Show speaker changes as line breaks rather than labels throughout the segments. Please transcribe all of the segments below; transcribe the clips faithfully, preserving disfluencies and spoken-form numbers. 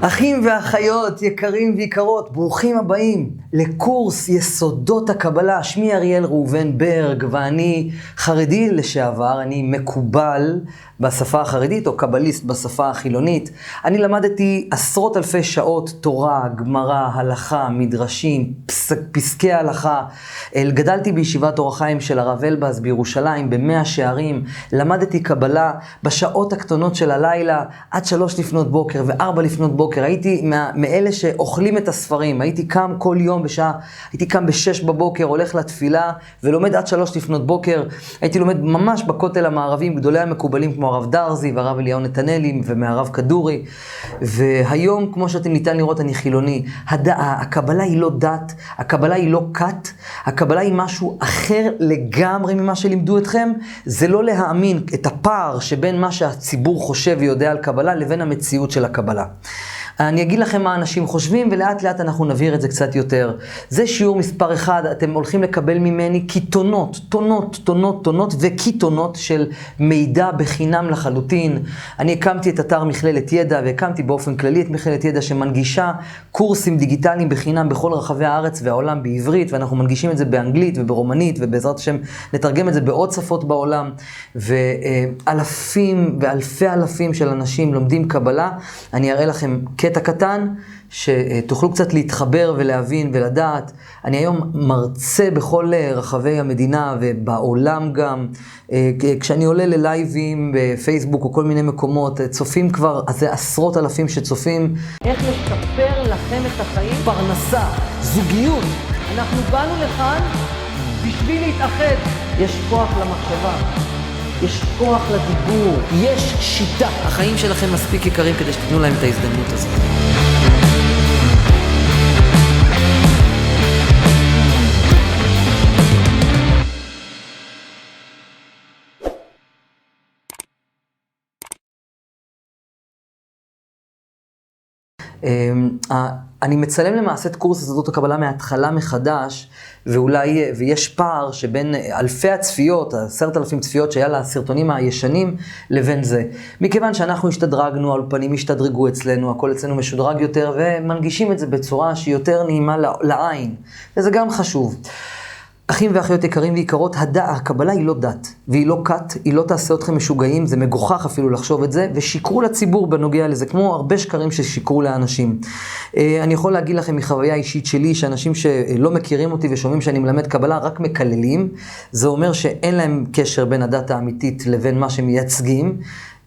אחים ואחיות, יקרים ויקרות, ברוכים הבאים לקורס יסודות הקבלה. שמי אריאל ראובן ברג ואני חרדי לשעבר, אני מקובל בשפה החרדית או קבליסט בשפה החילונית. אני למדתי עשרות אלפי שעות תורה, גמרא, הלכה, מדרשים, פס, פסקי הלכה. גדלתי בישיבת אור החיים של הרב אלבז בירושלים במאה שערים. למדתי קבלה בשעות הקטנות של הלילה עד שלוש לפנות בוקר וארבע לפנות בוקר. הייתי מה, מאלה שאוכלים את הספרים. הייתי קם כל יום בשעה, הייתי קם בשש בבוקר, הולך לתפילה ולומד עד שלוש לפנות בוקר. הייתי לומד ממש בכותל המערבי עם גדולי המקובלים כמו הרב דרזי והרב אליהו נתנאלי ומהרב כדורי. והיום, כמו שאתם ניתן לראות, אני חילוני. הד... הקבלה היא לא דת, הקבלה היא לא כת, הקבלה היא משהו אחר לגמרי ממה שלימדו אתכם. זה לא להאמין את הפער שבין מה שהציבור חושב ויודע על קבלה לבין המציאות של הקבלה. אני אגיד לכם מה אנשים חושבים, ולאט לאט אנחנו נבהיר את זה קצת יותר. זה שיעור מספר אחד, אתם הולכים לקבל ממני קיתונות, טונות, טונות, טונות וקיתונות של מידע בחינם לחלוטין. אני הקמתי את אתר מכללת ידע, והקמתי באופן כללי את מכללת ידע שמנגישה קורסים דיגיטליים בחינם בכל רחבי הארץ והעולם בעברית, ואנחנו מנגישים את זה באנגלית וברומנית, ובעזרת השם נתרגם את זה בעוד שפות בעולם, ואלפים ואלפי אלפים של אנשים לומדים קבלה. אני אראה לכם קטע קטן, שתוכלו קצת להתחבר ולהבין ולדעת. אני היום מרצה בכל רחבי המדינה ובעולם גם. כשאני עולה ללייבים בפייסבוק או כל מיני מקומות, צופים כבר, אז זה עשרות אלפים שצופים. איך לשפר לכם את החיים? פרנסה, זוגיות. אנחנו באנו לכאן בשביל להתאחד. יש כוח למחשבה. יש כוח לדיבור, יש שיטה. החיים שלכם מספיק יקרים כדי שתתנו להם את ההזדמנות הזאת. אני מצלם למעשה את קורס יסודות הקבלה מההתחלה מחדש, ואולי, ויש פער שבין אלפי הצפיות, עשרת אלפים צפיות שהיה לסרטונים הישנים, לבין זה. מכיוון שאנחנו השתדרגנו, האולפנים השתדרגו אצלנו, הכל אצלנו משודרג יותר, ומנגישים את זה בצורה שהיא יותר נעימה לעין. וזה גם חשוב. אחים ואחיות יקרים ויקרות, הדע, הקבלה היא לא דת, והיא לא כת, היא לא תעשה אתכם משוגעים, זה מגוחך אפילו לחשוב את זה, ושיקרו לציבור בנוגע לזה, כמו הרבה שקרים ששיקרו לאנשים. אני יכול להגיד לכם מחוויה אישית שלי, שאנשים שלא מכירים אותי ושומעים שאני מלמד קבלה רק מקללים, זה אומר שאין להם קשר בין הדת האמיתית לבין מה שמייצגים.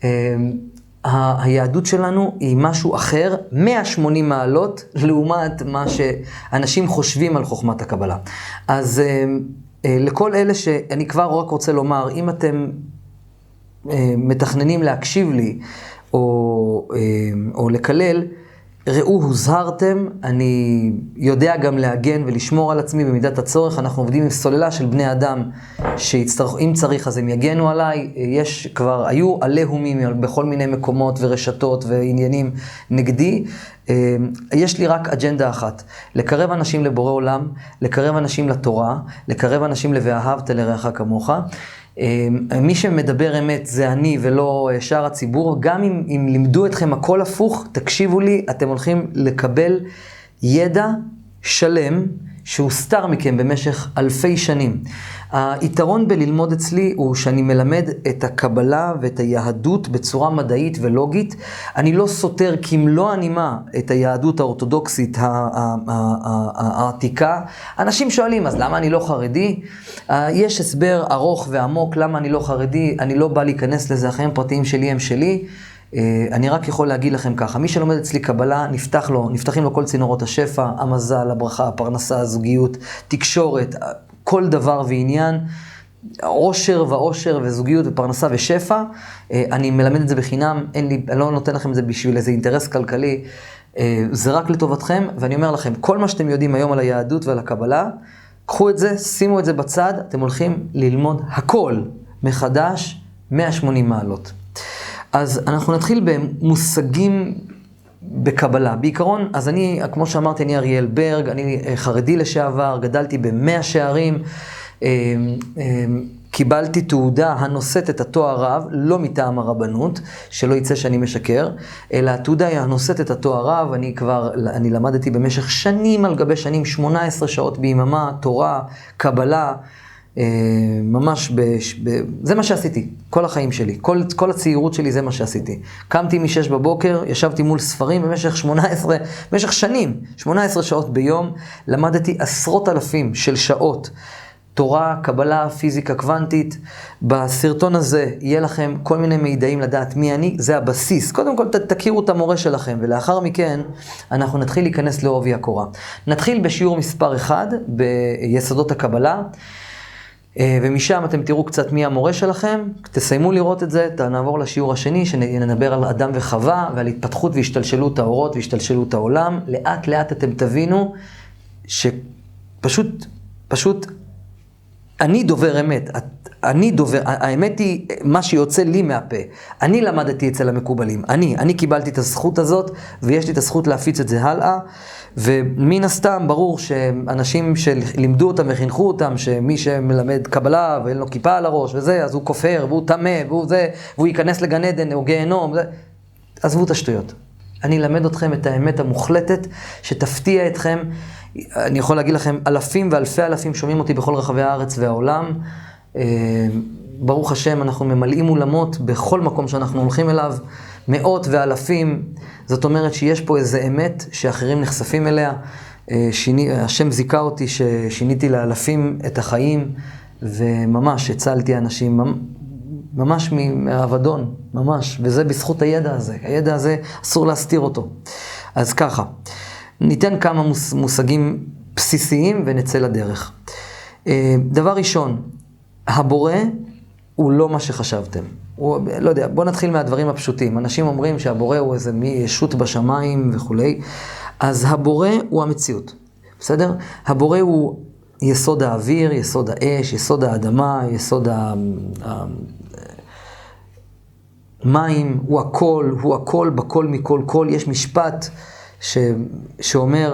היהדות שלנו היא משהו אחר, מאה ושמונים מעלות, לעומת מה שאנשים חושבים על חוכמת הקבלה. אז לכל אלה שאני כבר רק רוצה לומר, אם אתם מתכננים להקשיב לי או, או לקלל, ראו, הוזהרתם, אני יודע גם להגן ולשמור על עצמי במידת הצורך. אנחנו עובדים עם סוללה של בני אדם שאם צריך אז הם יגנו עליי. יש כבר, היו עליהומים בכל מיני מקומות ורשתות ועניינים נגדי. יש לי רק אג'נדה אחת, לקרב אנשים לבורא עולם, לקרב אנשים לתורה, לקרב אנשים ל"ואהבת לרעך כמוך". מי שמדבר אמת זה אני ולא שאר הציבור. גם אם, אם לימדו אתכם הכל הפוך, תקשיבו לי, אתם הולכים לקבל ידע שלם שהוסתר מכם במשך אלפי שנים. היתרון בללמוד אצלי הוא שאני מלמד את הקבלה ואת היהדות בצורה מדעית ולוגית. אני לא סותר כמלוא הנימה את היהדות האורתודוקסית העתיקה. אנשים שואלים, אז למה אני לא חרדי? יש הסבר ארוך ועמוק למה אני לא חרדי. אני לא בא להיכנס לזה, החיים פרטיים שלי הם שלי. אני רק יכול להגיד לכם ככה, מי שלומד אצלי קבלה, נפתח לו, נפתחים לו כל צינורות השפע, המזל, הברכה, הפרנסה, הזוגיות, תקשורת, כל דבר ועניין, עושר ועושר וזוגיות ופרנסה ושפע. אני מלמד את זה בחינם, אין לי, אני לא נותן לכם את זה בשביל איזה אינטרס כלכלי, זה רק לטובתכם. ואני אומר לכם, כל מה שאתם יודעים היום על היהדות ועל הקבלה, קחו את זה, שימו את זה בצד, אתם הולכים ללמוד הכל מחדש, מאה ושמונים מעלות. אז אנחנו נתחיל במושגים בקבלה. בעיקרון, אז אני, כמו שאמרתי, אני אריאל ברג, אני חרדי לשעבר, גדלתי במאה שערים, קיבלתי תעודה הנושאת את התואר רב, לא מטעם הרבנות, שלא יצא שאני משקר, אלא התעודה היא הנושאת את התואר רב. אני כבר, אני למדתי במשך שנים על גבי שנים, שמונה עשרה שעות ביממה, תורה, קבלה, ממש, ב, ב, זה מה שעשיתי, כל החיים שלי, כל, כל הצעירות שלי זה מה שעשיתי. קמתי משש בבוקר, ישבתי מול ספרים במשך שמונה עשרה, במשך שנים, שמונה עשרה שעות ביום, למדתי עשרות אלפים של שעות, תורה, קבלה, פיזיקה קוונטית. בסרטון הזה יהיה לכם כל מיני מידעים לדעת מי אני, זה הבסיס. קודם כל תכירו את המורה שלכם, ולאחר מכן אנחנו נתחיל להיכנס לעובי הקורה. נתחיל בשיעור מספר אחד, ביסודות הקבלה, ומשם אתם תראו קצת מי המורה שלכם, תסיימו לראות את זה, נעבור לשיעור השני, שנדבר על אדם וחווה, ועל התפתחות והשתלשלות האורות והשתלשלות העולם. לאט לאט אתם תבינו שפשוט, פשוט, אני דובר אמת, אני דובר, האמת היא מה שיוצא לי מהפה. אני למדתי אצל המקובלים, אני, אני קיבלתי את הזכות הזאת, ויש לי את הזכות להפיץ את זה הלאה. ומן הסתם ברור שאנשים שלימדו אותם וחינכו אותם, שמי שמלמד קבלה ואין לו כיפה על הראש וזה, אז הוא כופר והוא טמא והוא זה, והוא ייכנס לגן עדן או גיהנום, זה. עזבו את השטויות. אני אלמד אתכם את האמת המוחלטת שתפתיע אתכם. אני יכול להגיד לכם, אלפים ואלפי אלפים שומעים אותי בכל רחבי הארץ והעולם. ברוך השם, אנחנו ממלאים אולמות בכל מקום שאנחנו הולכים אליו, מאות ואלפים. זאת אומרת שיש פה איזה אמת שאחרים נחשפים אליה. שיני, השם זיכה אותי ששיניתי לאלפים את החיים, וממש הצלתי אנשים, ממש מהאבדון, ממש. וזה בזכות הידע הזה. הידע הזה אסור להסתיר אותו. אז ככה, ניתן כמה מושגים בסיסיים ונצא לדרך. דבר ראשון, הבורא הוא לא מה שחשבתם. הוא, לא יודע, בוא נתחיל מהדברים הפשוטים. אנשים אומרים שהבורא הוא איזה מי ישות בשמיים וכולי. אז הבורא הוא המציאות. בסדר? הבורא הוא יסוד האוויר, יסוד האש, יסוד האדמה, יסוד המים, הוא הכל, הוא הכל, בכל מכל כל. יש משפט ש, שאומר,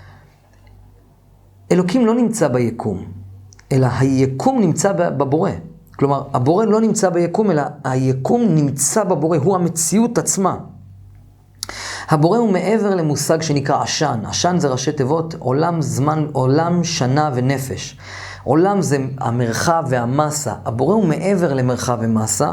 אלוקים לא נמצא ביקום, אלא היקום נמצא בבורא. כלומר, הבורא לא נמצא ביקום, אלא היקום נמצא בבורא, הוא המציאות עצמה. הבורא הוא מעבר למושג שנקרא עשן. עשן זה ראשי תיבות, עולם זמן, עולם שנה ונפש. עולם זה המרחב והמסה. הבורא הוא מעבר למרחב ומסה,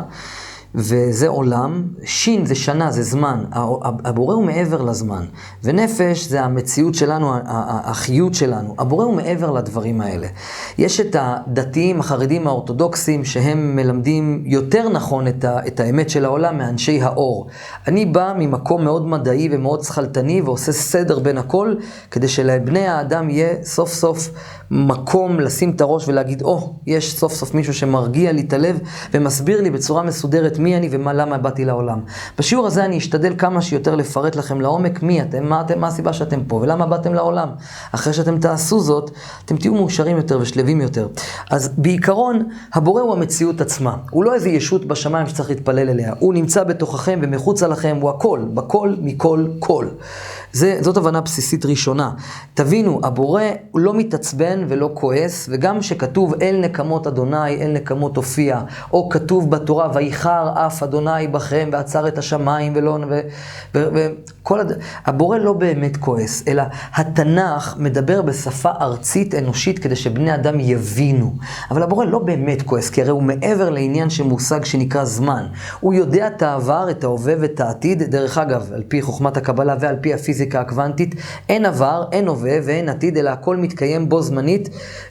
וזה עולם. שין זה שנה, זה זמן. הבורא הוא מעבר לזמן. ונפש זה המציאות שלנו, החיות שלנו. הבורא הוא מעבר לדברים האלה. יש את הדתיים, החרדים, האורתודוקסים, שהם מלמדים יותר נכון את, ה, את האמת של העולם מאנשי האור. אני בא ממקום מאוד מדעי ומאוד שכלתני, ועושה סדר בין הכל, כדי שלבני האדם יהיה סוף סוף מקום לשים את הראש ולהגיד, או, oh, יש סוף סוף מישהו שמרגיע לי את הלב, ומסביר לי בצורה מסודרת מי אני ומה, למה באתי לעולם. בשיעור הזה אני אשתדל כמה שיותר לפרט לכם לעומק מי אתם, מה אתם, מה הסיבה שאתם פה, ולמה באתם לעולם. אחרי שאתם תעשו זאת, אתם תהיו מאושרים יותר ושלבים יותר. אז בעיקרון, הבורא הוא המציאות עצמה. הוא לא איזה ישות בשמיים שצריך להתפלל אליה. הוא נמצא בתוככם ומחוץ עליכם, הוא הכל, בכל, מכל, כל. זה, זאת הבנה בסיסית ראשונה. תבינו, הבורא לא מתעצבן ולא כועס, וגם שכתוב אל נקמות אדוני, אל נקמות הופיע, או כתוב בתורה, ויחר אף אדוני בכם ועצר את השמיים ולא... ו, ו, ו, כל הד... הבורא לא באמת כועס, אלא התנ"ך מדבר בשפה ארצית אנושית כדי שבני אדם יבינו. אבל הבורא לא באמת כועס, כי הרי הוא מעבר לעניין של מושג שנקרא זמן. הוא יודע את העבר, את ההווה ואת העתיד. דרך אגב, על פי חוכמת הקבלה ועל פי הפיזיקה הקוונטית, אין עבר, אין הווה ואין עתיד, אלא הכל מתקיים בו זמנית,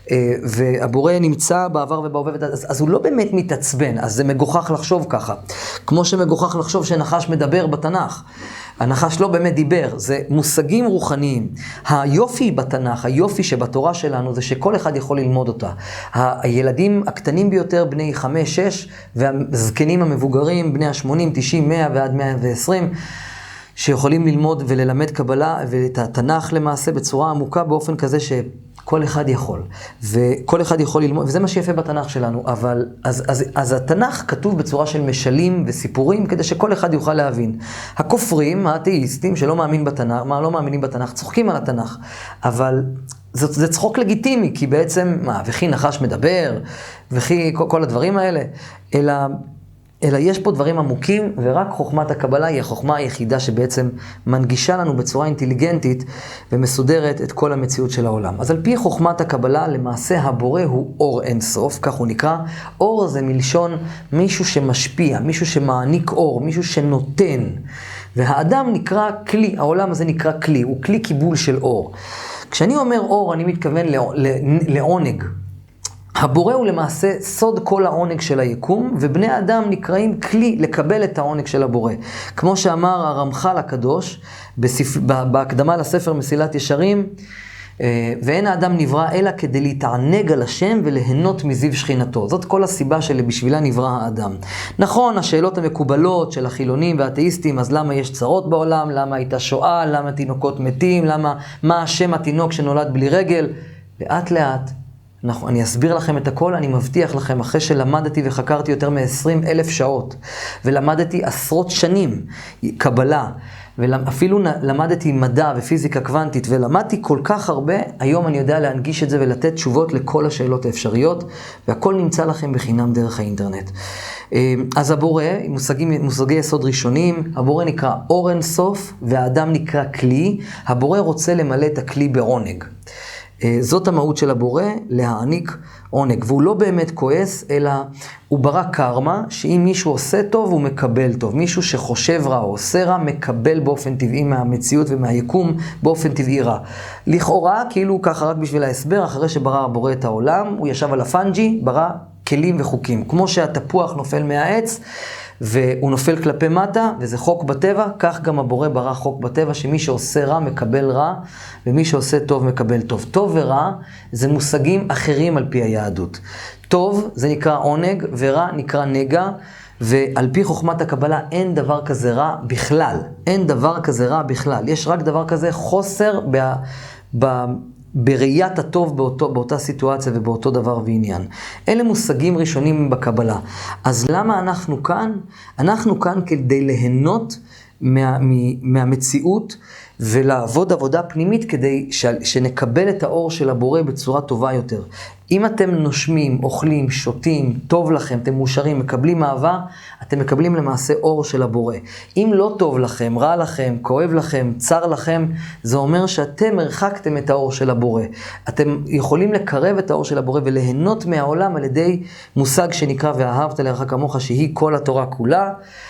והבורא נמצא בעבר ובהווה, אז, אז הוא לא באמת מתעצבן, אז זה מגוחך לחשוב ככה. כמו שמגוחך לחשוב שנחש מדבר בתנ"ך. הנחש לא באמת דיבר, זה מושגים רוחניים. היופי בתנ"ך, היופי שבתורה שלנו, זה שכל אחד יכול ללמוד אותה. הילדים הקטנים ביותר, בני חמש, שש, והזקנים המבוגרים, בני ה-שמונים, תשעים, מאה ועד מאה ועשרים, שיכולים ללמוד וללמד קבלה ואת התנ"ך למעשה בצורה עמוקה, באופן כזה כל אחד יכול. וכל אחד יכול ללמוד, וזה מה שיפה בתנ"ך שלנו. אבל, אז, אז, אז התנ"ך כתוב בצורה של משלים וסיפורים, כדי שכל אחד יוכל להבין. הכופרים, האתאיסטים, שלא מאמין בתנ"ך, מה, לא מאמינים בתנ"ך, צוחקים על התנ"ך. אבל זה, זה צחוק לגיטימי, כי בעצם, מה, וכי נחש מדבר, וכי כל, כל הדברים האלה, אלא... אלא יש פה דברים עמוקים, ורק חוכמת הקבלה היא החוכמה היחידה שבעצם מנגישה לנו בצורה אינטליגנטית ומסודרת את כל המציאות של העולם. אז על פי חוכמת הקבלה, למעשה הבורא הוא אור אינסוף, כך הוא נקרא. אור זה מלשון מישהו שמשפיע, מישהו שמעניק אור, מישהו שנותן. והאדם נקרא כלי, העולם הזה נקרא כלי, הוא כלי קיבול של אור. כשאני אומר אור, אני מתכוון לעונג. הבורא הוא למעשה סוד כל העונג של היקום, ובני האדם נקראים כלי לקבל את העונג של הבורא. כמו שאמר הרמח"ל הקדוש, בספ... בהקדמה לספר מסילת ישרים, ואין האדם נברא אלא כדי להתענג על השם וליהנות מזיו שכינתו. זאת כל הסיבה שבשבילה נברא האדם. נכון, השאלות המקובלות של החילונים והאתאיסטים, אז למה יש צרות בעולם, למה הייתה שואה, למה תינוקות מתים, למה, מה השם התינוק שנולד בלי רגל, לאט לאט. אני אסביר לכם את הכל, אני מבטיח לכם, אחרי שלמדתי וחקרתי יותר מ-עשרים אלף שעות, ולמדתי עשרות שנים קבלה, ואפילו למדתי מדע ופיזיקה קוונטית, ולמדתי כל כך הרבה, היום אני יודע להנגיש את זה ולתת תשובות לכל השאלות האפשריות, והכל נמצא לכם בחינם דרך האינטרנט. אז הבורא, מושגים, מושגי יסוד ראשונים, הבורא נקרא אור אינסוף, והאדם נקרא כלי. הבורא רוצה למלא את הכלי בעונג. זאת המהות של הבורא, להעניק עונג. והוא לא באמת כועס, אלא הוא ברא קרמה, שאם מישהו עושה טוב, הוא מקבל טוב. מישהו שחושב רע או עושה רע, מקבל באופן טבעי מהמציאות ומהיקום, באופן טבעי רע. לכאורה, כאילו ככה רק בשביל ההסבר, אחרי שברא הבורא את העולם, הוא ישב על הפנג'י, ברא כלים וחוקים. כמו שהתפוח נופל מהעץ, והוא נופל כלפי מטה, וזה חוק בטבע, כך גם הבורא ברא חוק בטבע, שמי שעושה רע מקבל רע, ומי שעושה טוב מקבל טוב. טוב ורע זה מושגים אחרים על פי היהדות. טוב זה נקרא עונג, ורע נקרא נגע, ועל פי חוכמת הקבלה אין דבר כזה רע בכלל. אין דבר כזה רע בכלל. יש רק דבר כזה חוסר ב... ב בראיית הטוב באותו, באותה סיטואציה ובאותו דבר ועניין. אלה מושגים ראשונים בקבלה. אז למה אנחנו כאן? אנחנו כאן כדי ליהנות מה, מהמציאות ולעבוד עבודה פנימית כדי ש, שנקבל את האור של הבורא בצורה טובה יותר. אם אתם נושמים, אוכלים, שותים, טוב לכם, אתם מאושרים, מקבלים אהבה, אתם מקבלים למעשה אור של הבורא. אם לא טוב לכם, רע לכם, כואב לכם, צר לכם, זה אומר שאתם הרחקתם את האור של הבורא. אתם יכולים לקרב את האור של הבורא וליהנות מהעולם על ידי מושג שנקרא ואהבת לרעך כמוך, שהיא כל התורה כולה.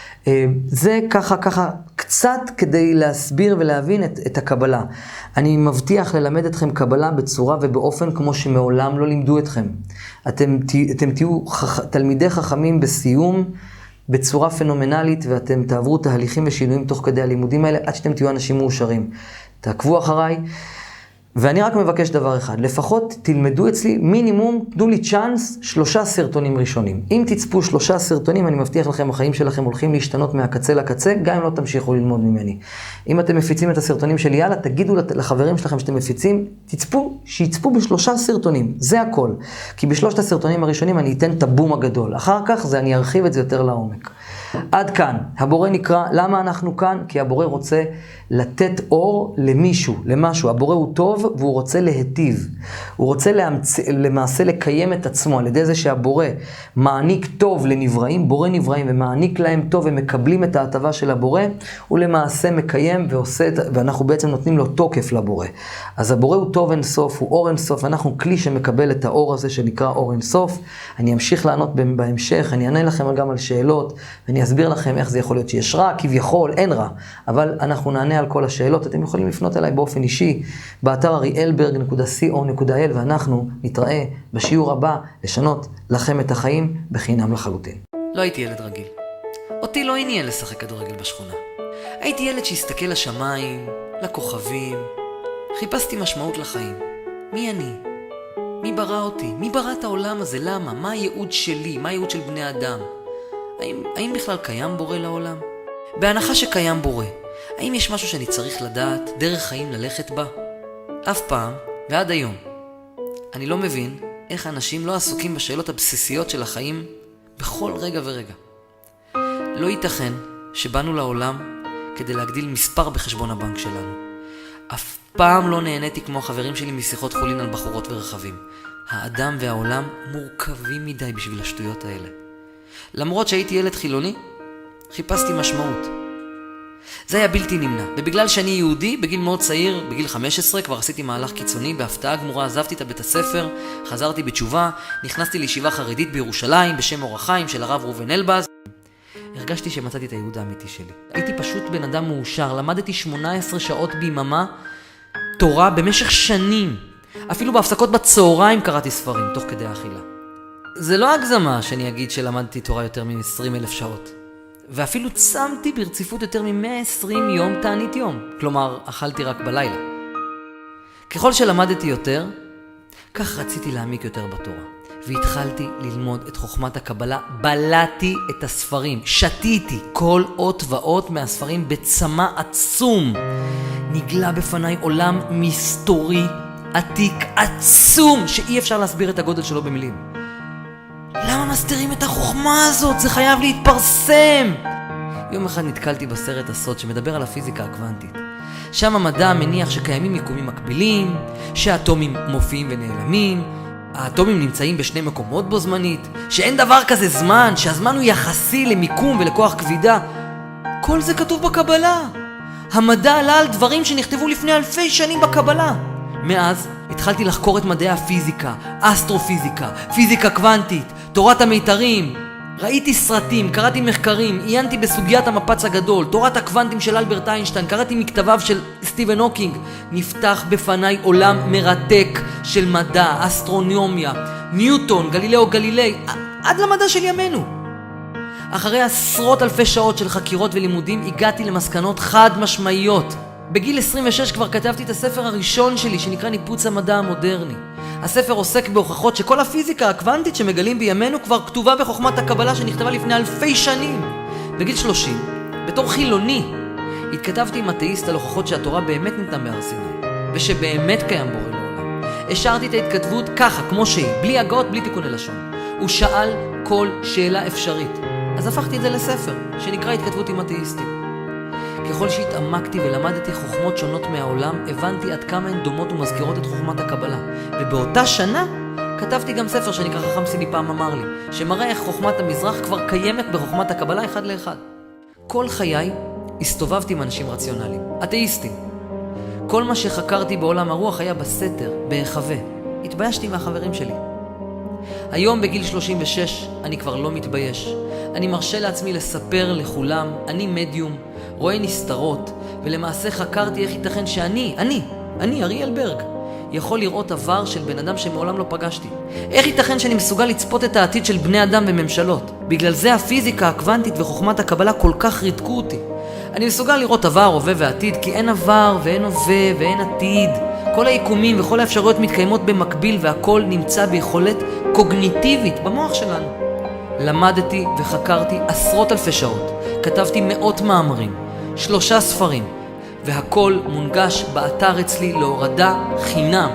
זה ככה, ככה, קצת כדי להסביר ולהבין את, את הקבלה. אני מבטיח ללמד אתכם קבלה בצורה ובאופן כמו שמעולם לא לימדו אתכם. אתם, אתם תהיו חכ, תלמידי חכמים בסיום, בצורה פנומנלית, ואתם תעברו תהליכים ושינויים תוך כדי הלימודים האלה, עד שאתם תהיו אנשים מאושרים. תעקבו אחריי. ואני רק מבקש דבר אחד, לפחות תלמדו אצלי מינימום, תנו לי צ'אנס, שלושה סרטונים ראשונים. אם תצפו שלושה סרטונים, אני מבטיח לכם, החיים שלכם הולכים להשתנות מהקצה לקצה, גם אם לא תמשיכו ללמוד ממני. אם אתם מפיצים את הסרטונים שלי, יאללה, תגידו לחברים שלכם שאתם מפיצים, תצפו, שיצפו בשלושה סרטונים, זה הכל. כי בשלושת הסרטונים הראשונים אני אתן את הבום הגדול. אחר כך זה אני ארחיב את זה יותר לעומק. עד כאן, הבורא נקרא, למה אנחנו כאן? כי הבורא רוצה לתת אור למישהו, למשהו. הבורא הוא טוב והוא רוצה להטיב. הוא רוצה להמצ... למעשה לקיים את עצמו על ידי זה שהבורא מעניק טוב לנבראים, בורא נבראים ומעניק להם טוב ומקבלים את ההטבה של הבורא, הוא למעשה מקיים ועושה, ואנחנו בעצם נותנים לו תוקף לבורא. אז הבורא הוא טוב אינסוף, הוא אור אינסוף, אנחנו כלי שמקבל את האור הזה שנקרא אור אינסוף. אני אמשיך לענות בהמשך, אני אענה לכם גם על שאלות, ואני אסביר לכם איך זה יכול להיות שיש רע, כביכול, אין רע, אבל אנחנו נענה על כל השאלות. אתם יכולים לפנות אליי באופן אישי, באתר אריאלברג נקודה סי או נקודה איי אל, ואנחנו נתראה בשיעור הבא לשנות לכם את החיים בחינם לחלוטין.
לא הייתי ילד רגיל. אותי לא עניין לשחק כדורגל בשכונה. הייתי ילד שהסתכל לשמיים, לכוכבים. חיפשתי משמעות לחיים. מי אני? מי ברא אותי? מי ברא את העולם הזה? למה? מה הייעוד שלי? מה הייעוד של בני אדם? האם, האם בכלל קיים בורא לעולם? בהנחה שקיים בורא, האם יש משהו שאני צריך לדעת, דרך חיים ללכת בה? אף פעם, ועד היום, אני לא מבין איך אנשים לא עסוקים בשאלות הבסיסיות של החיים בכל רגע ורגע. לא ייתכן שבאנו לעולם כדי להגדיל מספר בחשבון הבנק שלנו. אף פעם לא נהניתי כמו החברים שלי משיחות חולין על בחורות ורכבים. האדם והעולם מורכבים מדי בשביל השטויות האלה. למרות שהייתי ילד חילוני, חיפשתי משמעות. זה היה בלתי נמנע, ובגלל שאני יהודי, בגיל מאוד צעיר, בגיל חמש עשרה, כבר עשיתי מהלך קיצוני, בהפתעה גמורה עזבתי את בית הספר, חזרתי בתשובה, נכנסתי לישיבה חרדית בירושלים בשם אור החיים של הרב ראובן אלבז. הרגשתי שמצאתי את הייעוד האמיתי שלי. הייתי פשוט בן אדם מאושר, למדתי שמונה עשרה שעות ביממה תורה במשך שנים. אפילו בהפסקות בצהריים קראתי ספרים תוך כדי האכילה. זה לא הגזמה שאני אגיד שלמדתי תורה יותר מ-עשרים אלף שעות. ואפילו צמתי ברציפות יותר מ-מאה ועשרים יום תענית יום. כלומר, אכלתי רק בלילה. ככל שלמדתי יותר, כך רציתי להעמיק יותר בתורה. והתחלתי ללמוד את חוכמת הקבלה, בלעתי את הספרים, שתיתי כל אות ואות מהספרים בצמא עצום. נגלה בפניי עולם מסתורי, עתיק, עצום, שאי אפשר להסביר את הגודל שלו במילים. למה מסתירים את החוכמה הזאת? זה חייב להתפרסם. יום אחד נתקלתי בסרט הסוד שמדבר על הפיזיקה הקוונטית. שם המדע מניח שקיימים מיקומים מקבילים, שהאטומים מופיעים ונעלמים, האטומים נמצאים בשני מקומות בו זמנית, שאין דבר כזה זמן, שהזמן הוא יחסי למיקום ולכוח כבידה. כל זה כתוב בקבלה. המדע עלה על דברים שנכתבו לפני אלפי שנים בקבלה. מאז התחלתי לחקור את מדעי הפיזיקה, אסטרופיזיקה, פיזיקה קוונטית, תורת המיתרים. ראיתי סרטים, קראתי מחקרים, עיינתי בסוגיית המפץ הגדול, תורת הקוונטים של אלברט איינשטיין, קראתי מכתביו של סטיבן הוקינג. נפתח בפניי עולם מרתק של מדע, אסטרונומיה, ניוטון, גלילאו גלילי, עד למדע של ימינו. אחרי עשרות אלפי שעות של חקירות ולימודים הגעתי למסקנות חד משמעיות. בגיל עשרים ושש כבר כתבתי את הספר הראשון שלי שנקרא ניפוץ המדע המודרני. הספר עוסק בהוכחות שכל הפיזיקה הקוונטית שמגלים בימינו כבר כתובה בחוכמת הקבלה שנכתבה לפני אלפי שנים. בגיל שלושים, בתור חילוני, התכתבתי עם אתאיסט על הוכחות שהתורה באמת ניתנה בהר סיני, ושבאמת קיים בורא לעולם. השארתי את ההתכתבות ככה, כמו שהיא, בלי הגות, בלי תיקוני לשון. הוא שאל כל שאלה אפשרית. אז הפכתי את זה לספר, שנקרא התכתבות עם אתאיסטים. ככל שהתעמקתי ולמדתי חוכמות שונות מהעולם, הבנתי עד כמה הן דומות ומזכירות את חוכמת הקבלה. ובאותה שנה כתבתי גם ספר שנקרא חכם סיני פעם אמר לי, שמראה איך חוכמת המזרח כבר קיימת בחוכמת הקבלה אחד לאחד. כל חיי הסתובבתי עם אנשים רציונליים, אתאיסטים. כל מה שחקרתי בעולם הרוח היה בסתר, בהיחווה. התביישתי מהחברים שלי. היום בגיל שלושים ושש אני כבר לא מתבייש. אני מרשה לעצמי לספר לכולם, אני מדיום, רואה נסתרות, ולמעשה חקרתי איך ייתכן שאני, אני, אני, אריאל ברג, יכול לראות עבר של בן אדם שמעולם לא פגשתי. איך ייתכן שאני מסוגל לצפות את העתיד של בני אדם וממשלות? בגלל זה הפיזיקה הקוונטית וחוכמת הקבלה כל כך ריתקו אותי. אני מסוגל לראות עבר, הווה ועתיד, כי אין עבר ואין הווה ואין עתיד. כל היקומים וכל האפשרויות מתקיימות במקביל, והכל נמצא ביכולת קוגניטיבית במוח שלנו. למדתי וחקרתי עשרות אלפי שעות, כתבתי מאות מאמרים, שלושה ספרים, והכל מונגש באתר אצלי להורדה חינם.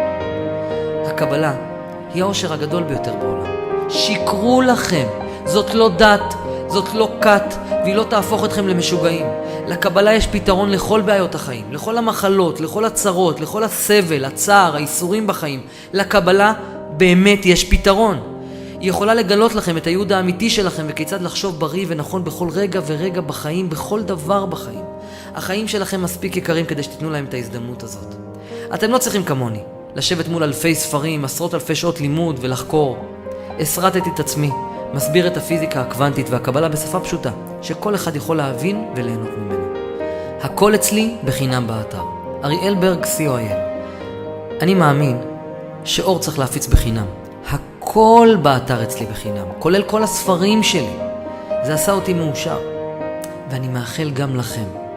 הקבלה היא העושר הגדול ביותר בעולם. שיקרו לכם, זאת לא דת, זאת לא כת, והיא לא תהפוך אתכם למשוגעים. לקבלה יש פתרון לכל בעיות החיים, לכל המחלות, לכל הצרות, לכל הסבל, הצער, האיסורים בחיים. לקבלה באמת יש פתרון. היא יכולה לגלות לכם את הייעוד האמיתי שלכם וכיצד לחשוב בריא ונכון בכל רגע ורגע בחיים, בכל דבר בחיים. החיים שלכם מספיק יקרים כדי שתיתנו להם את ההזדמנות הזאת. אתם לא צריכים כמוני לשבת מול אלפי ספרים, עשרות אלפי שעות לימוד ולחקור. הסרטתי את עצמי, מסביר את הפיזיקה הקוונטית והקבלה בשפה פשוטה, שכל אחד יכול להבין וליהנות ממנו. הכל אצלי בחינם באתר. אריאל ברג סי או איי אל. אני מאמין שאור צריך להפיץ בחינם. הכל באתר אצלי בחינם, כולל כל הספרים שלי. זה עשה אותי מאושר. ואני מאחל גם לכם